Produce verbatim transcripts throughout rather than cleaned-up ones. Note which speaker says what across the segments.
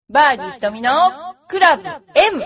Speaker 1: バーディー瞳のクラブ M。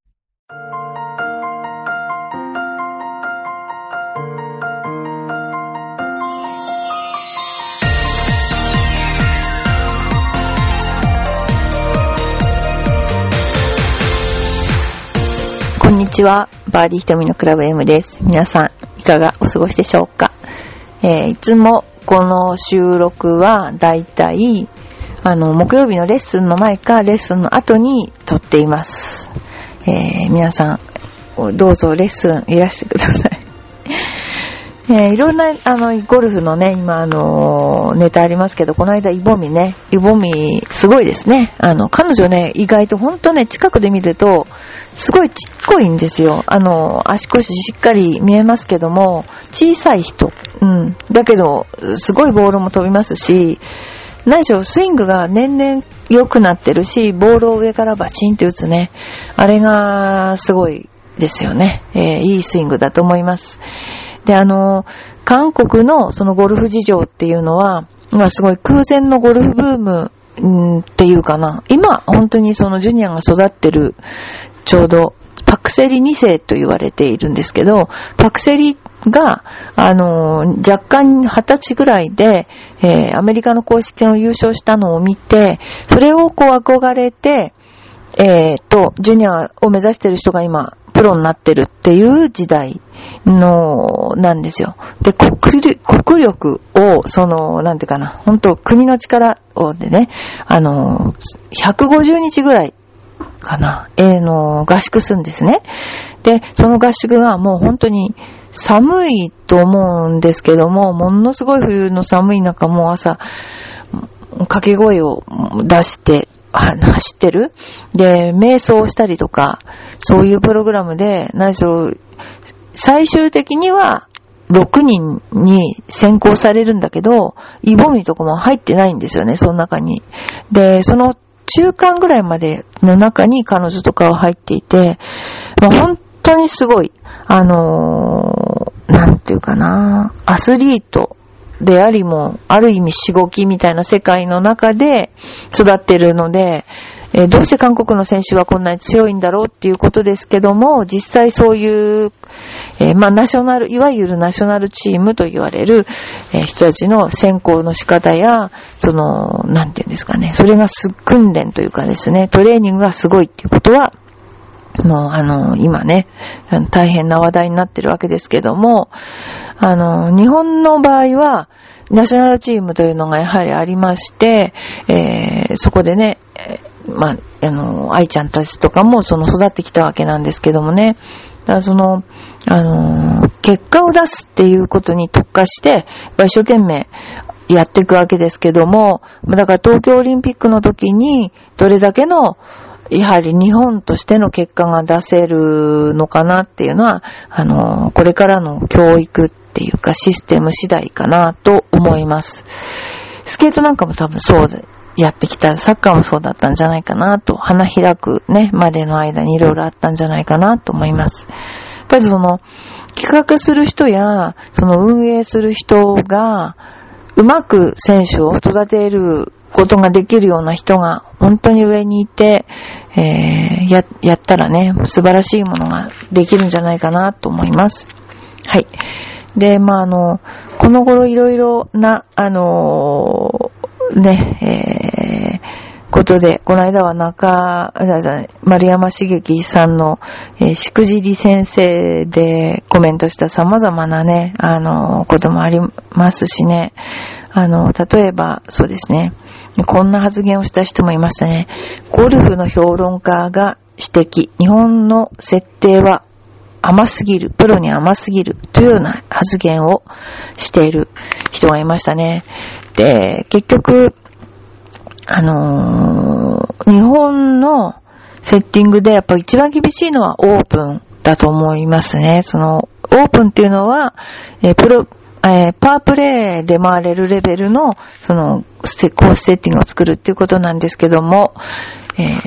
Speaker 2: こんにちは、バーディー瞳のクラブ M です。皆さんいかがお過ごしでしょうか。えー、いつもこの収録はだいたいあの木曜日のレッスンの前かレッスンの後に撮っています。えー、皆さんどうぞレッスンいらしてください。えー、いろんなあのゴルフのね今あのネタありますけど、この間イボミねイボミすごいですね。あの彼女ね意外と本当ね近くで見るとすごいちっこいんですよ。あの足腰しっかり見えますけども小さい人、うん、だけどすごいボールも飛びますし、何しろスイングが年々良くなってるし、ボールを上からバチンって打つね、あれがすごいですよね。えー、いいスイングだと思います。で、あの韓国のそのゴルフ事情っていうのは今すごい空前のゴルフブーム、うん、っていうかな、今本当にそのジュニアが育ってるちょうどパクセリに世と言われているんですけど、パクセリが、あのー、若干二十歳ぐらいで、えー、アメリカの公式戦を優勝したのを見て、それをこう憧れて、えーと、ジュニアを目指している人が今、プロになってるっていう時代の、なんですよ。で、国力、国力を、その、なんていうかな、本当国の力をでね、あのー、ひゃくごじゅうにちぐらい、かな、えー、の合宿するんですね。で、その合宿がもう本当に寒いと思うんですけども、ものすごい冬の寒い中もう朝掛け声を出して走ってる。で、瞑想したりとか、そういうプログラムで、何しろ最終的にはろくにんに選考されるんだけど、イボミとかも入ってないんですよね、その中に。で、その中間ぐらいまでの中に彼女とかは入っていて、まあ、本当にすごい、あのー、なんていうかな、アスリートでありも、ある意味しごきみたいな世界の中で育っているので、えー、どうして韓国の選手はこんなに強いんだろうっていうことですけども、実際そういう、えー、まあナショナル、いわゆるナショナルチームと言われる、えー、人たちの選考の仕方や、その、なんていうんですかね、それがす訓練というかですね、トレーニングがすごいっていうことは、もうあの、今ね、大変な話題になってるわけですけども、あの、日本の場合は、ナショナルチームというのがやはりありまして、えー、そこでね、まあ、あの、愛ちゃんたちとかもその育ってきたわけなんですけどもね、だからその、あの、結果を出すっていうことに特化して、一生懸命やっていくわけですけども、だから東京オリンピックの時にどれだけのやはり日本としての結果が出せるのかなっていうのは、あの、これからの教育っていうかシステム次第かなと思います。スケートなんかも多分そうでやってきた、サッカーもそうだったんじゃないかなと、花開くね、までの間にいろいろあったんじゃないかなと思います。やっぱりその、企画する人や、その運営する人が、うまく選手を育てることができるような人が本当に上にいて、えー、や、やったらね、素晴らしいものができるんじゃないかなと思います。はい。で、まあ、あの、この頃いろいろな、あのー、ね、えー、ことで、この間は中、丸山茂樹さんの、えー、しくじり先生でコメントした様々なね、あのー、こともありますしね、あの、例えば、そうですね、こんな発言をした人もいましたね。ゴルフの評論家が指摘。日本の設定は甘すぎる。プロに甘すぎる。というような発言をしている人がいましたね。で、結局、あのー、日本のセッティングでやっぱ一番厳しいのはオープンだと思いますね。その、オープンっていうのは、えー、プロ、えー、パワープレイで回れるレベルの、その、コースセッティングを作るっていうことなんですけども、えー、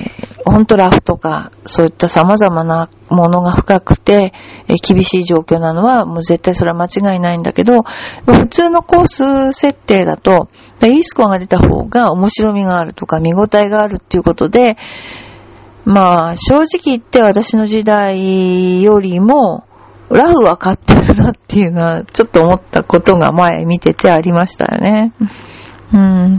Speaker 2: ほんとラフとか、そういった様々なものが深くて、えー、厳しい状況なのは、もう絶対それは間違いないんだけど、普通のコース設定だと、いいスコアが出た方が面白みがあるとか、見応えがあるっていうことで、まあ、正直言って私の時代よりも、ラフは勝ってるなっていうのは、ちょっと思ったことが前見ててありましたよね。うん。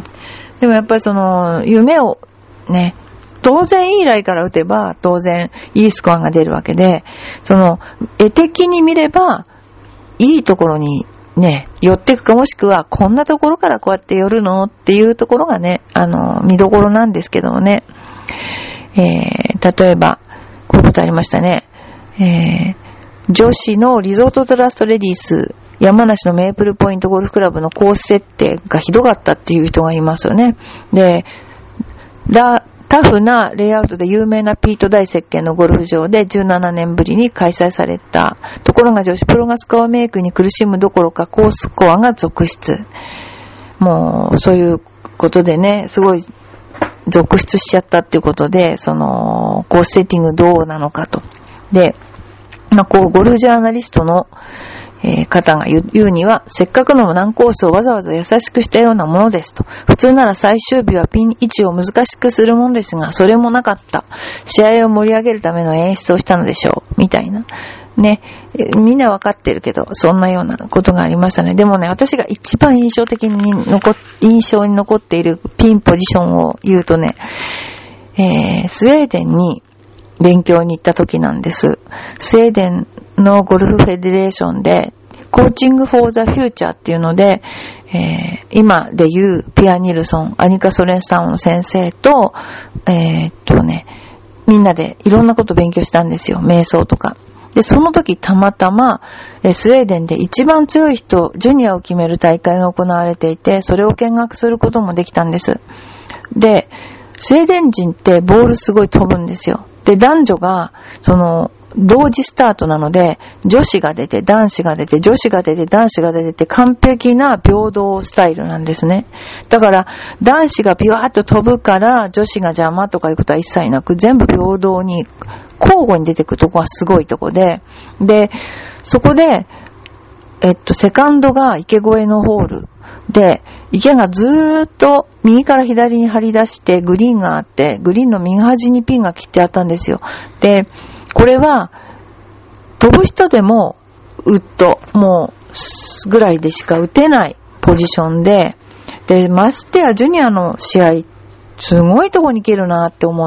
Speaker 2: でもやっぱりその、夢をね、当然いいライから打てば、当然いいスコアが出るわけで、その、絵的に見れば、いいところにね、寄っていくか、もしくは、こんなところからこうやって寄るのっていうところがね、あの、見どころなんですけどもね。えー、例えば、こういうことありましたね。えー、女子のリゾートトラストレディース、山梨のメープルポイントゴルフクラブのコース設定がひどかったっていう人がいますよね。で、ラ、タフなレイアウトで有名なピート大石鹸のゴルフ場でじゅうななねんぶりに開催された。ところが女子プロがスコアメイクに苦しむどころかコーススコアが続出。もう、そういうことでね、すごい続出しちゃったっていうことで、その、コースセッティングどうなのかと。で、まあ、こう、ゴルフジャーナリストの、えー、方が言うには、せっかくの難コースをわざわざ優しくしたようなものですと。普通なら最終日はピン位置を難しくするものですが、それもなかった。試合を盛り上げるための演出をしたのでしょう。みたいな。ね。みんなわかってるけど、そんなようなことがありましたね。でもね、私が一番印象的に残っ、印象に残っているピンポジションを言うとね、えー、スウェーデンに勉強に行った時なんです。スウェーデンのゴルフフェデレーションで、コーチングフォーザフューチャーっていうので、えー、今で言うピア・ニルソン、アニカ・ソレンスタウンの先生と、えー、っとね、みんなでいろんなこと勉強したんですよ。瞑想とか。で、その時たまたま、えスウェーデンで一番強い人、ジュニアを決める大会が行われていて、それを見学することもできたんです。で、スウェーデン人ってボールすごい飛ぶんですよ。で、男女が、その、同時スタートなので、女子が出て、男子が出て、女子が出て、男子が出てって完璧な平等スタイルなんですね。だから、男子がビワーッと飛ぶから、女子が邪魔とかいうことは一切なく、全部平等に、交互に出てくるとこがすごいとこで、で、そこで、えっと、セカンドが池越えのホールで、池がずーっと右から左に張り出してグリーンがあって、グリーンの右端にピンが切ってあったんですよ。で、これは、飛ぶ人でも、ウッド、もう、ぐらいでしか打てないポジションで、で、ましてやジュニアの試合、すごいとこに切るなって思って、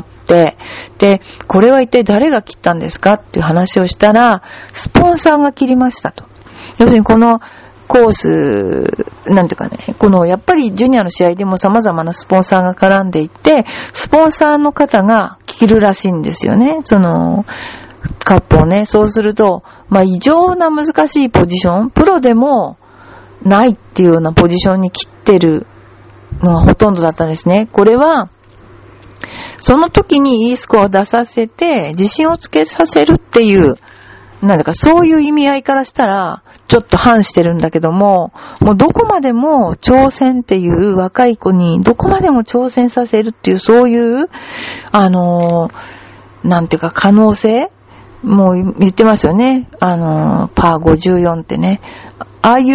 Speaker 2: で、これは一体誰が切ったんですかっていう話をしたら、スポンサーが切りましたと。要するにこのコース、なんていうかね、このやっぱりジュニアの試合でも様々なスポンサーが絡んでいて、スポンサーの方が切るらしいんですよね。その、カップをね、そうすると、まあ異常な難しいポジション、プロでもないっていうようなポジションに切ってるのがほとんどだったんですね。これは、その時にいいスコアを出させて、自信をつけさせるっていう、なんだかそういう意味合いからしたら、ちょっと反してるんだけども、もうどこまでも挑戦っていう若い子に、どこまでも挑戦させるっていう、そういう、あのー、なんていうか可能性もう言ってますよね。あのー、パーごじゅうよんってね。ああいう、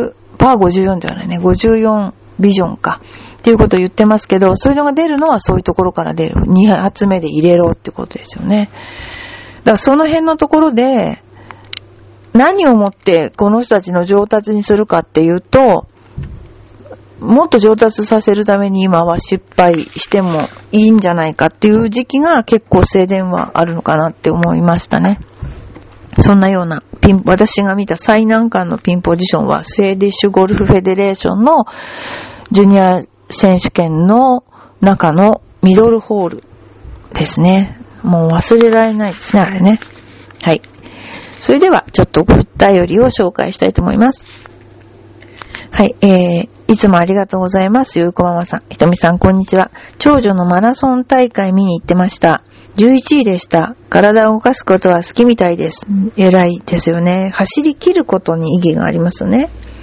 Speaker 2: パーごじゅうよんではないね。ごじゅうよんビジョンか。っていうことを言ってますけど、そういうのが出るのはそういうところから出る。に発目で入れろってことですよね。だからその辺のところで、何をもってこの人たちの上達にするかっていうと、もっと上達させるために今は失敗してもいいんじゃないかっていう時期が結構スウェーデンはあるのかなって思いましたね。そんなようなピン、私が見た最難関のピンポジションはスウェーディッシュゴルフフェデレーションのジュニア選手権の中のミドルホールですね。もう忘れられないですね、あれね。はい。それでは、ちょっとお便りを紹介したいと思います。はい、えー、いつもありがとうございます。ゆうこママさん。ひとみさん、こんにちは。長女のマラソン大会見に行ってました。じゅういちいでした。体を動かすことは好きみたいです。偉いですよね。走り切ることに意義がありますよね。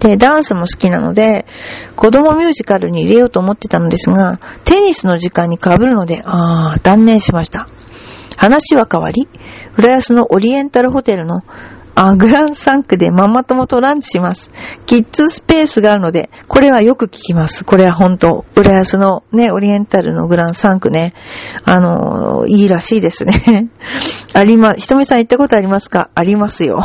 Speaker 2: で、ダンスも好きなので、子供ミュージカルに入れようと思ってたのですが、テニスの時間に被るので、あー、断念しました。話は変わり、浦安のオリエンタルホテルのあグランサンクでママ友とランチします。キッズスペースがあるので、これはよく聞きます。これは本当、浦安のね、オリエンタルのグランサンクね、あのー、いいらしいですね。ありま、ひとみさん行ったことありますか？ありますよ。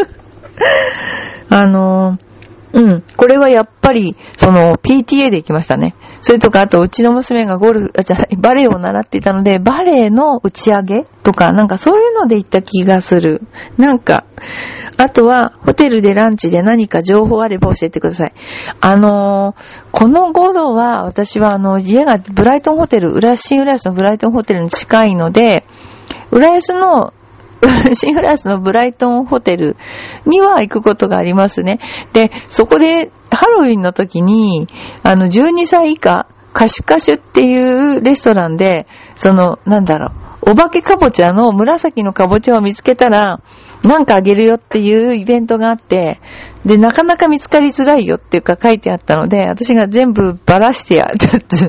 Speaker 2: あのー、うん。これはやっぱり、その、ピーティーエー で行きましたね。それとか、あと、うちの娘がゴルフ、あ、じゃない、バレエを習っていたので、バレエの打ち上げとか、なんかそういうので行った気がする。なんか、あとは、ホテルでランチで何か情報あれば教えてください。あのー、この頃は、私はあの、家がブライトンホテル、浦安新浦安のブライトンホテルに近いので、浦安の、新浦安のブライトンホテルには行くことがありますね。で、そこでハロウィンの時に、あの、じゅうにさい以下、カシュカシュっていうレストランで、その、なんだろう、お化けかぼちゃの紫のかぼちゃを見つけたら、なんかあげるよっていうイベントがあって、で、なかなか見つかりづらいよっていうか書いてあったので、私が全部ばらしてやって、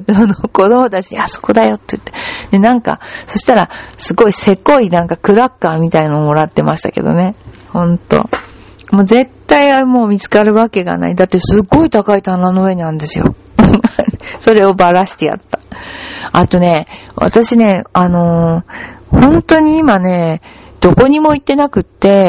Speaker 2: あの、子供たち、あそこだよって言って、で、なんか、そしたら、すごいせこいなんかクラッカーみたいのをもらってましたけどね。ほんと。もう絶対もう見つかるわけがない。だってすっごい高い棚の上にあるんですよ。それをばらしてやった。あとね、私ね、あのー、本当に今ね、どこにも行ってなくって、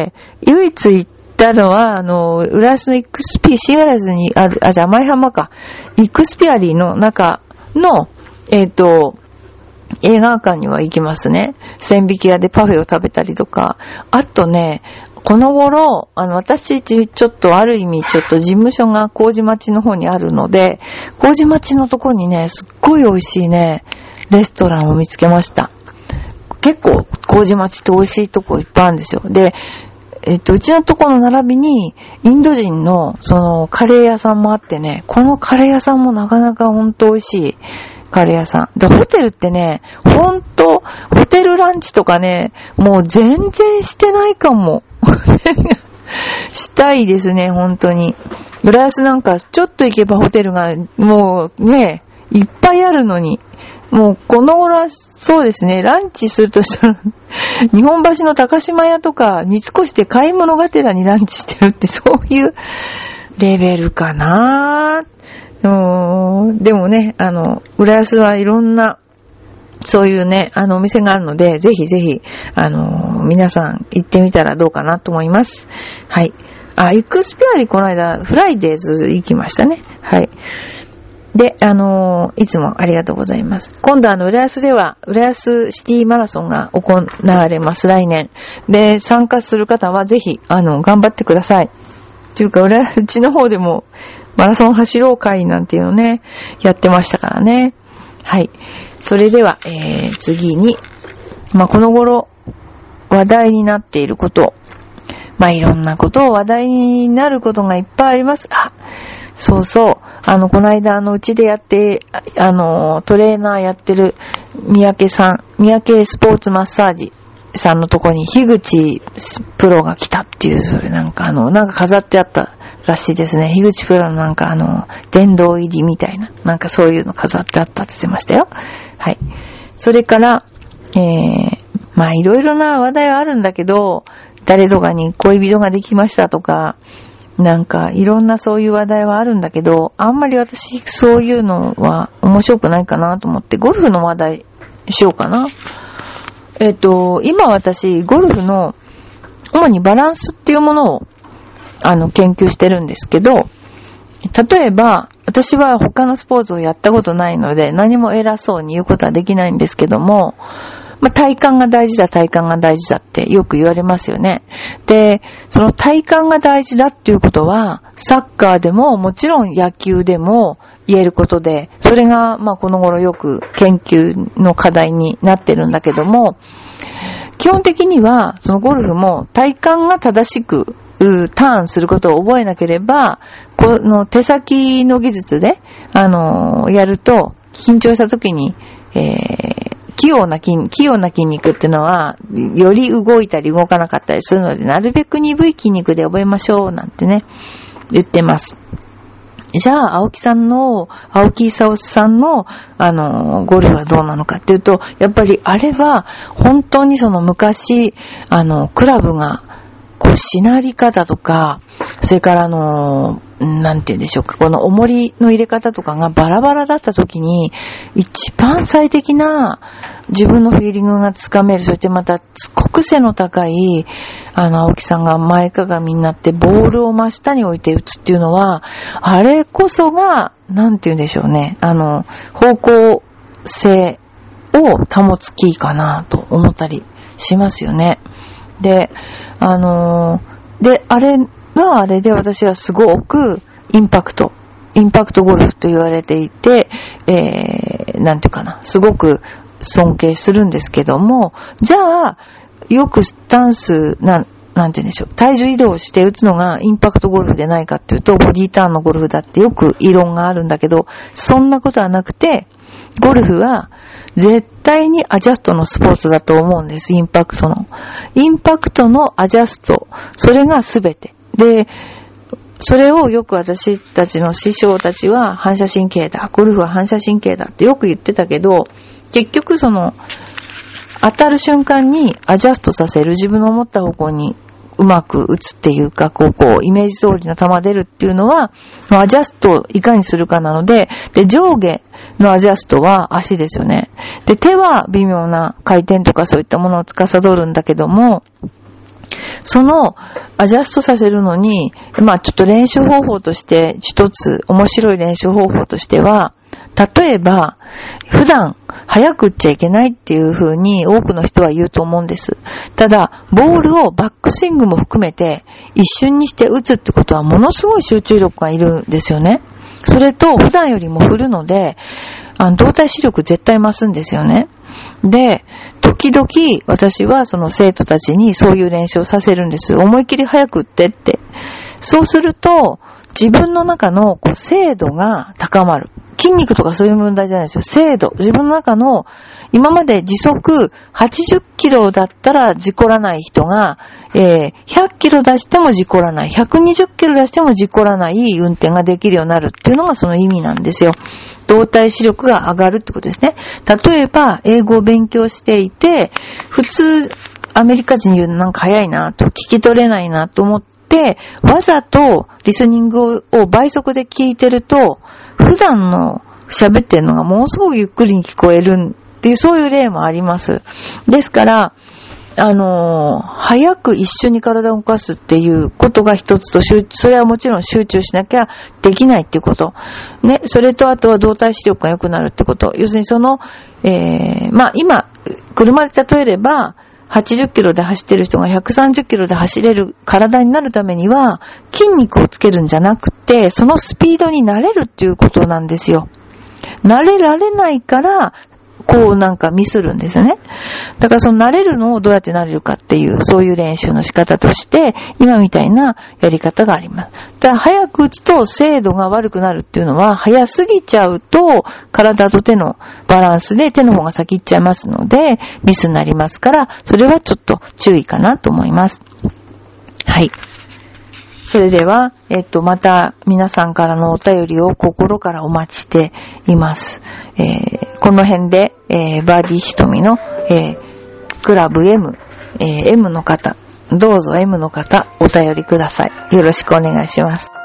Speaker 2: 唯一行ったのは、あの、浦安のイクスピ、新浦安にある、あ、じゃあ、舞浜か。イクスピアリーの中の、えっと、映画館には行きますね。千匹屋でパフェを食べたりとか。あとね、この頃、あの、私、ちょっとある意味、ちょっと事務所が麹町の方にあるので、麹町のとこにね、すっごい美味しいね、レストランを見つけました。結構、麹町って美味しいとこいっぱいあるんですよ。で、えっと、うちのとこの並びに、インド人の、その、カレー屋さんもあってね、このカレー屋さんもなかなかほんと美味しいカレー屋さん。で、ホテルってね、ほんと、ホテルランチとかね、もう全然してないかも。したいですね、ほんとに。浦安なんか、ちょっと行けばホテルが、もうね、いっぱいあるのに。もう、この頃は、そうですね、ランチするとしたら、日本橋の高島屋とか、三越で買い物がてらにランチしてるって、そういうレベルかなぁ。でもね、あの、浦安はいろんな、そういうね、あの、お店があるので、ぜひぜひ、あの、皆さん行ってみたらどうかなと思います。はい。あ、イクスピアリこの間、フライデーズ行きましたね。はい。で、あのー、いつもありがとうございます。今度あの、浦安では、浦安シティマラソンが行われます、来年。で、参加する方はぜひ、あの、頑張ってください。というか、浦安、うちの方でも、マラソン走ろう会なんていうのね、やってましたからね。はい。それでは、えー、次に、まあ、この頃、話題になっていること、まあ、いろんなことを話題になることがいっぱいあります。あ、そうそう。あの、この間、あの、うちでやって、あの、トレーナーやってる三宅さん、三宅スポーツマッサージさんのとこに、樋口プロが来たっていう、それなんかあの、なんか飾ってあったらしいですね。樋口プロのなんかあの、殿堂入りみたいな、なんかそういうの飾ってあったって言ってましたよ。はい。それから、えー、まあ、いろいろな話題はあるんだけど、誰とかに恋人ができましたとか、なんかいろんなそういう話題はあるんだけど、あんまり私そういうのは面白くないかなと思ってゴルフの話題しようかな。えっと、今私ゴルフの主にバランスっていうものをあの研究してるんですけど、例えば私は他のスポーツをやったことないので何も偉そうに言うことはできないんですけども、まあ、体幹が大事だ、体幹が大事だってよく言われますよね。で、その体幹が大事だっていうことは、サッカーでももちろん野球でも言えることで、それがまあこの頃よく研究の課題になってるんだけども、基本的にはそのゴルフも体幹が正しくターンすることを覚えなければ、この手先の技術で、あの、やると緊張した時に、えー器用な筋、器用な筋肉ってのは、より動いたり動かなかったりするので、なるべく鈍い筋肉で覚えましょう、なんてね、 言ってます。じゃあ、青木さんの、青木功さんの、あの、ゴルフはどうなのかっていうと、やっぱりあれは、本当にその昔、あの、クラブが、こう、しなり方とか、それからあの、なんて言うんでしょうか、この重りの入れ方とかがバラバラだった時に、一番最適な自分のフィーリングがつかめる、そしてまた、すごく背の高い、あの、青木さんが前かがみになって、ボールを真下に置いて打つっていうのは、あれこそが、なんて言うんでしょうね、あの、方向性を保つキーかなと思ったりしますよね。で、あのー、で、あれはあれで私はすごくインパクト、インパクトゴルフと言われていて、えー、なんていうかな、すごく尊敬するんですけども、じゃあ、よくスタンス、なん、なんて言うんでしょう、体重移動して打つのがインパクトゴルフでないかっていうと、ボディターンのゴルフだってよく異論があるんだけど、そんなことはなくて、ゴルフは絶対にアジャストのスポーツだと思うんです。インパクトの。インパクトのアジャスト。それが全て。で、それをよく私たちの師匠たちは反射神経だ。ゴルフは反射神経だってよく言ってたけど、結局その、当たる瞬間にアジャストさせる。自分の思った方向にうまく打つっていうか、こう、こう、イメージ通りの球出るっていうのは、アジャストをいかにするかなので、で、上下のアジャストは足ですよね。で、手は微妙な回転とかそういったものを司るんだけども、そのアジャストさせるのに、まあちょっと練習方法として一つ面白い練習方法としては、例えば普段早く打っちゃいけないっていう風に多くの人は言うと思うんです。ただボールをバックスイングも含めて一瞬にして打つってことはものすごい集中力がいるんですよね。それと普段よりも振るので、あの動体視力絶対増すんですよね。で、時々私はその生徒たちにそういう練習をさせるんです。思いっきり早く打ってって。そうすると自分の中のこう精度が高まる。筋肉とかそういう問題じゃないですよ。精度。自分の中の今まで時速はちじゅっキロだったら事故らない人が、えー、ひゃっキロ出しても事故らない。ひゃくにじゅっキロ出しても事故らない運転ができるようになるっていうのがその意味なんですよ。動体視力が上がるってことですね。例えば、英語を勉強していて、普通、アメリカ人言うのなんか早いなと、聞き取れないなと思って、わざとリスニングを倍速で聞いてると、普段の喋ってるのがものすごくゆっくりに聞こえるっていう、そういう例もあります。ですから、あのー、早く一緒に体を動かすっていうことが一つと、それはもちろん集中しなきゃできないっていうこと。ね、それとあとは動体視力が良くなるってこと。要するにその、えー、まあ今、車で例えれば、はちじゅっキロで走ってる人がひゃくさんじゅっキロで走れる体になるためには、筋肉をつけるんじゃなくて、そのスピードに慣れるっていうことなんですよ。慣れられないから、こうなんかミスるんですよね。だからその慣れるのをどうやって慣れるかっていう、そういう練習の仕方として、今みたいなやり方があります。だから早く打つと精度が悪くなるっていうのは、早すぎちゃうと体と手のバランスで手の方が先行っちゃいますので、ミスになりますから、それはちょっと注意かなと思います。はい。それでは、えっと、また皆さんからのお便りを心からお待ちしています。えー、この辺で、えー、バーディーひとみの、えー、クラブ M、えー、M の方、どうぞ M の方、お便りください。よろしくお願いします。